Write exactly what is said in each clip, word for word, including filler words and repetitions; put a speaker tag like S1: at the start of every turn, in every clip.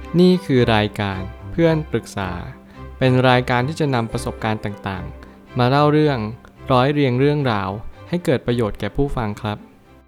S1: นี่คือรายการเพื่อนปรึกษาเป็นรายการที่จะนำประสบการณ์ต่างๆมาเล่าเรื่องร้อยเรียงเรื่องราวให้เกิดประโยชน์แก่ผู้ฟังครับ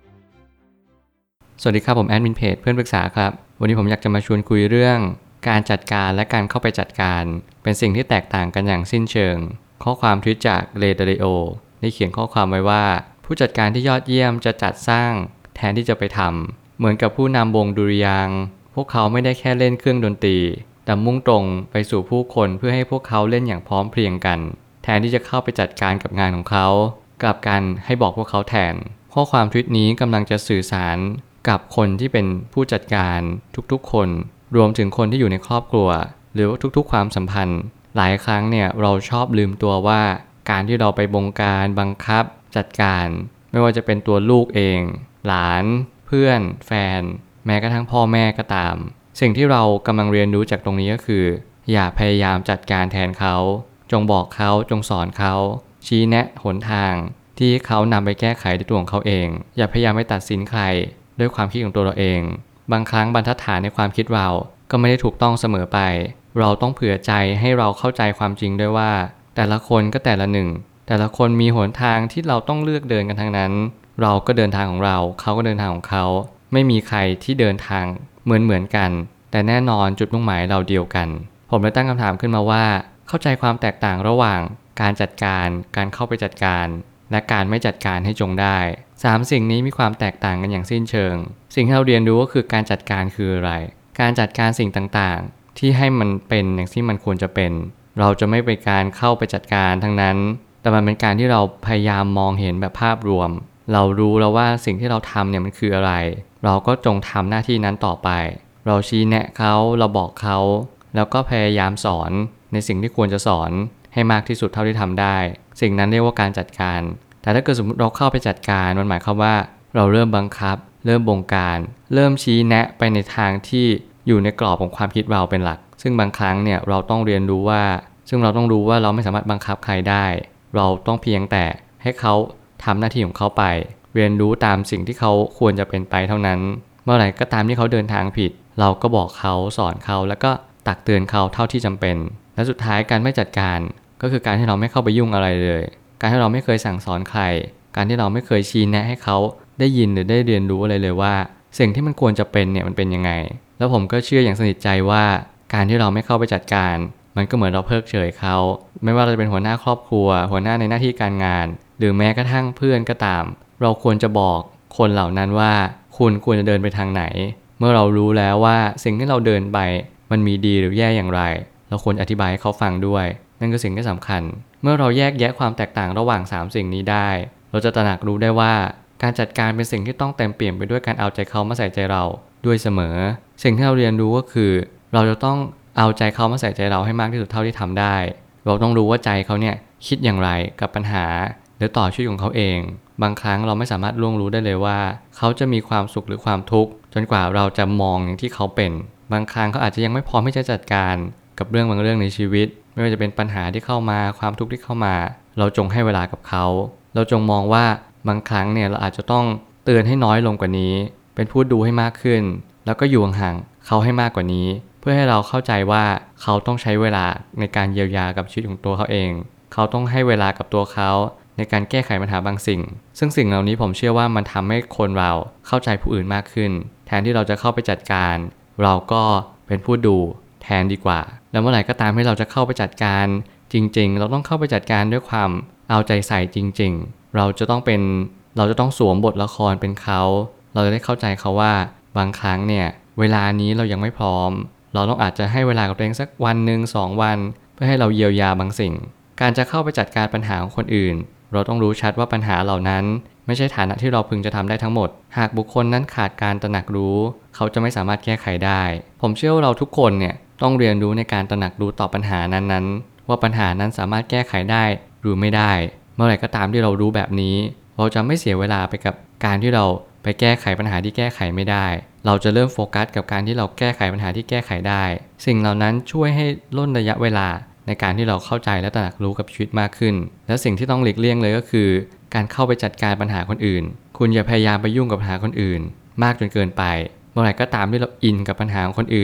S1: สวัสดีครับผมแอดมินเพจเพื่อนปรึกษาครับวันนี้ผมอยากจะมาชวนคุยเรื่องการจัดการและการเข้าไปจัดการเป็นสิ่งที่แตกต่างกันอย่างสิ้นเชิงข้อความทวิตจากเรดาริโอได้เขียนข้อความไว้ว่าผู้จัดการที่ยอดเยี่ยมจะจัดสร้างแทนที่จะไปทำเหมือนกับผู้นำวงดุริยางค์พวกเขาไม่ได้แค่เล่นเครื่องดนตรีแต่มุ่งตรงไปสู่ผู้คนเพื่อให้พวกเขาเล่นอย่างพร้อมเพรียงกันแทนที่จะเข้าไปจัดการกับงานของเขากลับกันให้บอกพวกเขาแทนข้อความทวิตนี้กำลังจะสื่อสารกับคนที่เป็นผู้จัดการทุกๆคนรวมถึงคนที่อยู่ในครอบครัวหรือทุกๆความสัมพันธ์หลายครั้งเนี่ยเราชอบลืมตัวว่าการที่เราไปบงการบังคับจัดการไม่ว่าจะเป็นตัวลูกเองหลานเพื่อนแฟนแม้กระทั่งพ่อแม่ก็ตามสิ่งที่เรากำลังเรียนรู้จากตรงนี้ก็คืออย่าพยายามจัดการแทนเขาจงบอกเขาจงสอนเขาชี้แนะหนทางที่เขานำไปแก้ไขด้วยตัวของเขาเองอย่าพยายามไปตัดสินใครด้วยความคิดของตัวเราเองบางครั้งบรรทัดฐานในความคิดเราก็ไม่ได้ถูกต้องเสมอไปเราต้องเผื่อใจให้เราเข้าใจความจริงด้วยว่าแต่ละคนก็แต่ละหนึ่งแต่ละคนมีหนทางที่เราต้องเลือกเดินกันทั้งนั้นเราก็เดินทางของเราเขาก็เดินทางของเขาไม่มีใครที่เดินทางเหมือนเหมือนกันแต่แน่นอนจุดมุ่งหมายเราเดียวกันผมเลยตั้งคำถามขึ้นมาว่าเข้าใจความแตกต่างระหว่างการจัดการการเข้าไปจัดการและการไม่จัดการให้จงได้สามสิ่งนี้มีความแตกต่างกันอย่างสิ้นเชิงสิ่งที่เราเรียนรู้ก็คือการจัดการคืออะไรการจัดการสิ่งต่างๆที่ให้มันเป็นอย่างที่มันควรจะเป็นเราจะไม่เป็นการเข้าไปจัดการทั้งนั้นแต่มันเป็นการที่เราพยายามมองเห็นแบบภาพรวมเรารู้แล้วว่าสิ่งที่เราทำเนี่ยมันคืออะไรเราก็จงทำหน้าที่นั้นต่อไปเราชี้แนะเขาเราบอกเขาแล้วก็พยายามสอนในสิ่งที่ควรจะสอนให้มากที่สุดเท่าที่ทำได้สิ่งนั้นเรียกว่าการจัดการแต่ถ้าเกิดสมมติเราเข้าไปจัดการมันหมายความว่าเราเริ่มบังคับเริ่มบงการเริ่มชี้แนะไปในทางที่อยู่ในกรอบของความคิดเราเป็นหลักซึ่งบางครั้งเนี่ยเราต้องเรียนรู้ว่าซึ่งเราต้องรู้ว่าเราไม่สามารถบังคับใครได้เราต้องเพียงแต่ให้เขาทำหน้าที่ของเขาไปเรียนรู้ตามสิ่งที่เขาควรจะเป็นไปเท่านั้นเมื่อไหร่ก็ตามที่เขาเดินทางผิดเราก็บอกเขาสอนเขาแล้วก็ตักเตือนเขาเท่าที่จำเป็นและสุดท้ายการไม่จัดการก็คือการที่เราไม่เข้าไปยุ่งอะไรเลยการที่เราไม่เคยสั่งสอนใครการที่เราไม่เคยชี้แนะให้เขาได้ยินหรือได้เรียนรู้อะไรเลยว่าสิ่งที่มันควรจะเป็นเนี่ยมันเป็นยังไงแล้วผมก็เชื่ออย่างสนิทใจว่าการที่เราไม่เข้าไปจัดการมันก็เหมือนเราเพิกเฉยเขาไม่ว่าเราจะเป็นหัวหน้าครอบครัวหัวหน้าในหน้าที่การงานหรือแม้กระทั่งเพื่อนก็ตามเราควรจะบอกคนเหล่านั้นว่าคุณควรจะเดินไปทางไหนเมื่อเรารู้แล้วว่าสิ่งที่เราเดินไปมันมีดีหรือแย่อย่างไรเราควรอธิบายให้เขาฟังด้วยนั่นคือสิ่งที่สำคัญเมื่อเราแยกแยะความแตกต่างระหว่างสามสิ่งนี้ได้เราจะตระหนักรู้ได้ว่าการจัดการเป็นสิ่งที่ต้องเต็มเปี่ยมไปด้วยการเอาใจเขามาใส่ใจเราด้วยเสมอสิ่งที่เราเรียนรู้ก็คือเราจะต้องเอาใจเขามาใส่ใจเราให้มากที่สุดเท่าที่ทำได้เราต้องรู้ว่าใจเขาเนี่ยคิดอย่างไรกับปัญหาหรือต่อชีวิตของเขาเองบางครั้งเราไม่สามารถล่วงรู้ได้เลยว่าเขาจะมีความสุขหรือความทุกข์จนกว่าเราจะมองอย่างที่เขาเป็นบางครั้งเขาอาจจะยังไม่พร้อมที่จะจัดการกับเรื่องบางเรื่องในชีวิตไม่ว่าจะเป็นปัญหาที่เข้ามาความทุกข์ที่เข้ามาเราจงให้เวลากับเขาเราจงมองว่าบางครั้งเนี่ยเราอาจจะต้องเตือนให้น้อยลงกว่านี้เป็นผู้ดูให้มากขึ้นแล้วก็อยู่ห่างๆเขาให้มากกว่านี้เพื่อให้เราเข้าใจว่าเขาต้องใช้เวลาในการเยียวยากับชีวิตของตัวเขาเองเขาต้องให้เวลากับตัวเขาในการแก้ไขปัญหาบางสิ่งซึ่งสิ่งเหล่านี้ผมเชื่อว่ามันทำให้คนเราเข้าใจผู้อื่นมากขึ้นแทนที่เราจะเข้าไปจัดการเราก็เป็นผู้ดูแทนดีกว่าแล้วเมื่อไหร่ก็ตามที่เราจะเข้าไปจัดการจริงๆเราต้องเข้าไปจัดการด้วยความเอาใจใส่จริงๆเราจะต้องเป็นเราจะต้องสวมบทละครเป็นเขาเราจะได้เข้าใจเขาว่าบางครั้งเนี่ยเวลานี้เรายังไม่พร้อมเราต้องอาจจะให้เวลากับตัวเองสักวันหนึ่งสองวันเพื่อให้เราเยียวยาบางสิ่งการจะเข้าไปจัดการปัญหาของคนอื่นเราต้องรู้ชัดว่าปัญหาเหล่านั้นไม่ใช่ฐานะที่เราพึงจะทำได้ทั้งหมดหากบุคคลนั้นขาดการตระหนักรู้เขาจะไม่สามารถแก้ไขได้ผมเชื่อว่าเราทุกคนเนี่ยต้องเรียนรู้ในการตระหนักรู้ต่อปัญหานั้นๆว่าปัญหานั้นสามารถแก้ไขได้หรือไม่ได้เมื่อไหร่ก็ตามที่เรารู้แบบนี้เราจะไม่เสียเวลาไปกับการที่เราไปแก้ไขปัญหาที่แก้ไขไม่ได้เราจะเริ่มโฟกัสกับการที่เราแก้ไขปัญหาที่แก้ไขได้สิ่งเหล่านั้นช่วยให้ล่นระยะเวลาในการที่เราเข้าใจและตระหนักรู้กับชีวิตมากขึ้นและสิ่งที่ต้องหลีกเลี่ยงเลยก็คือการเข้าไปจัดการปัญหาคนอื่นคุณอย่าพยายามไปยุ่งกับปัญหาคนอื่นมากจนเกินไปเมื่อไหร่ก็ตามที่เราอินกับปัญหาของคนอื่น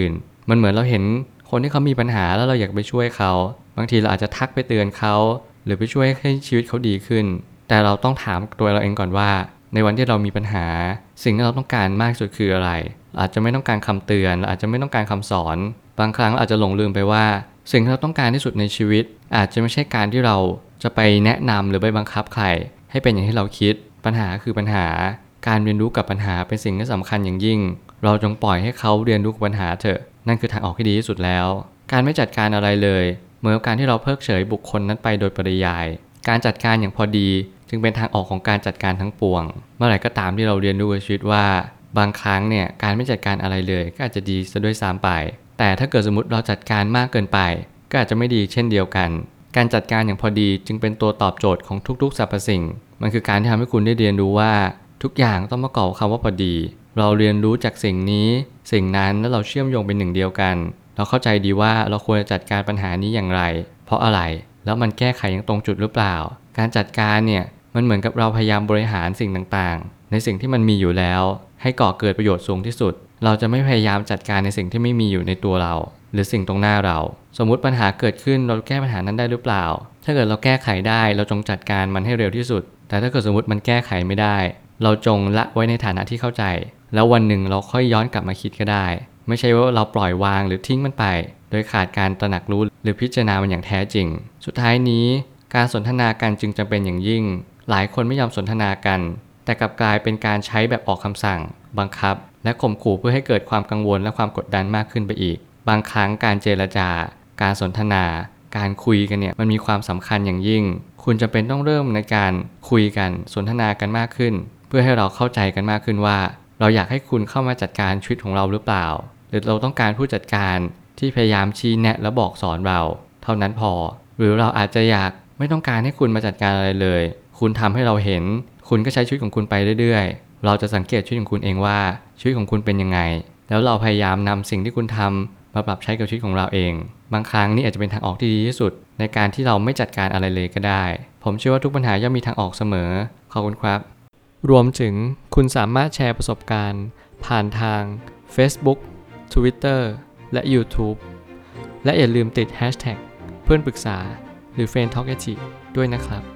S1: มันเหมือนเราเห็นคนที่เขามีปัญหาแล้วเราอยากไปช่วยเขาบางทีเราอาจจะทักไปเตือนเขาหรือไปช่วยให้ชีวิตเขาดีขึ้นแต่เราต้องถามตัวเราเองก่อนว่าในวันที่เรามีปัญหาสิ่งที่เราต้องการมากที่สุดคืออะไรอาจจะไม่ต้องการคำเตือนอาจจะไม่ต้องการคำสอนบางครั้งเราอาจจะหลงลืมไปว่าสิ่งที่เราต้องการที่สุดในชีวิตอาจจะไม่ใช่การที่เราจะไปแนะนำหรือไปบังคับใครให้เป็นอย่างที่เราคิดปัญหาคือปัญหาการเรียนรู้กับปัญหาเป็นสิ่งที่สำคัญอย่างยิ่งเราจงปล่อยให้เขาเรียนรู้กับปัญหาเถอะนั่นคือทางออกที่ดีที่สุดแล้วการไม่จัดการอะไรเลยเหมือนกับการที่เราเพิกเฉยบุคคลนั้นไปโดยปริยายการจัดการอย่างพอดีจึงเป็นทางออกของการจัดการทั้งปวงเมื่อไหร่ก็ตามที่เราเรียนรู้กับชีวิตว่าบางครั้งเนี่ยการไม่จัดการอะไรเลยก็อาจจะดีซะด้วยซ้ำไปแต่ถ้าเกิดสมมติเราจัดการมากเกินไปก็อาจจะไม่ดีเช่นเดียวกันการจัดการอย่างพอดีจึงเป็นตัวตอบโจทย์ของทุกๆสรรพสิ่งมันคือการที่ทำให้คุณได้เรียนรู้ว่าทุกอย่างต้องประกอบคำว่าพอดีเราเรียนรู้จากสิ่งนี้สิ่งนั้นแล้วเราเชื่อมโยงเป็นหนึ่งเดียวกันเราเข้าใจดีว่าเราควรจะจัดการปัญหานี้อย่างไรเพราะอะไรแล้วมันแก้ไขอย่างตรงจุดหรือเปล่าการจัดการเนี่ยมันเหมือนกับเราพยายามบริหารสิ่งต่างๆในสิ่งที่มันมีอยู่แล้วให้ก่อเกิดประโยชน์สูงที่สุดเราจะไม่พยายามจัดการในสิ่งที่ไม่มีอยู่ในตัวเราหรือสิ่งตรงหน้าเราสมมุติปัญหาเกิดขึ้นเราแก้ปัญหานั้นได้หรือเปล่าถ้าเกิดเราแก้ไขได้เราจงจัดการมันให้เร็วที่สุดแต่ถ้าเกิดสมมติมันแก้ไขไม่ได้เราจงละไว้ในฐานะที่เข้าใจแล้ววันหนึ่งเราค่อยย้อนกลับมาคิดก็ได้ไม่ใช่ว่าเราปล่อยวางหรือทิ้งมันไปโดยขาดการตระหนักรู้หรือพิจารณามันอย่างแท้จริงสุดท้ายนี้การสนทนากันจึงจำเป็นอย่างยิ่งหลายคนไม่ยอมสนทนากันแต่กลับกลายเป็นการใช้แบบออกคำสั่งบังคับและข่มขู่เพื่อให้เกิดความกังวลและความกดดันมากขึ้นไปอีกบางครั้งการเจรจาการสนทนาการคุยกันเนี่ยมันมีความสำคัญอย่างยิ่งคุณจำเป็นต้องเริ่มในการคุยกันสนทนากันมากขึ้นเพื่อให้เราเข้าใจกันมากขึ้นว่าเราอยากให้คุณเข้ามาจัดการชีวิตของเราหรือเปล่าหรือเราต้องการผู้จัดการที่พยายามชี้แนะและบอกสอนเราเท่านั้นพอหรือเราอาจจะอยากไม่ต้องการให้คุณมาจัดการอะไรเลยคุณทำให้เราเห็นคุณก็ใช้ชีวิตของคุณไปเรื่อยๆเราจะสังเกตชีวิตของคุณเองว่าชีวิตของคุณเป็นยังไงแล้วเราพยายามนำสิ่งที่คุณทำมาปรับใช้กับชีวิตของเราเองบางครั้งนี่อาจจะเป็นทางออกที่ดีที่สุดในการที่เราไม่จัดการอะไรเลยก็ได้ผมเชื่อว่าทุกปัญหาย่อมมีทางออกเสมอขอบคุณครับรวมถึงคุณสามารถแชร์ประสบการณ์ผ่านทาง Facebook Twitter และ YouTube และอย่าลืมติด แฮชแท็ก เพื่อนปรึกษาหรือ เฟรนด์ ทอล์ก แอท จี ด้วยนะครับ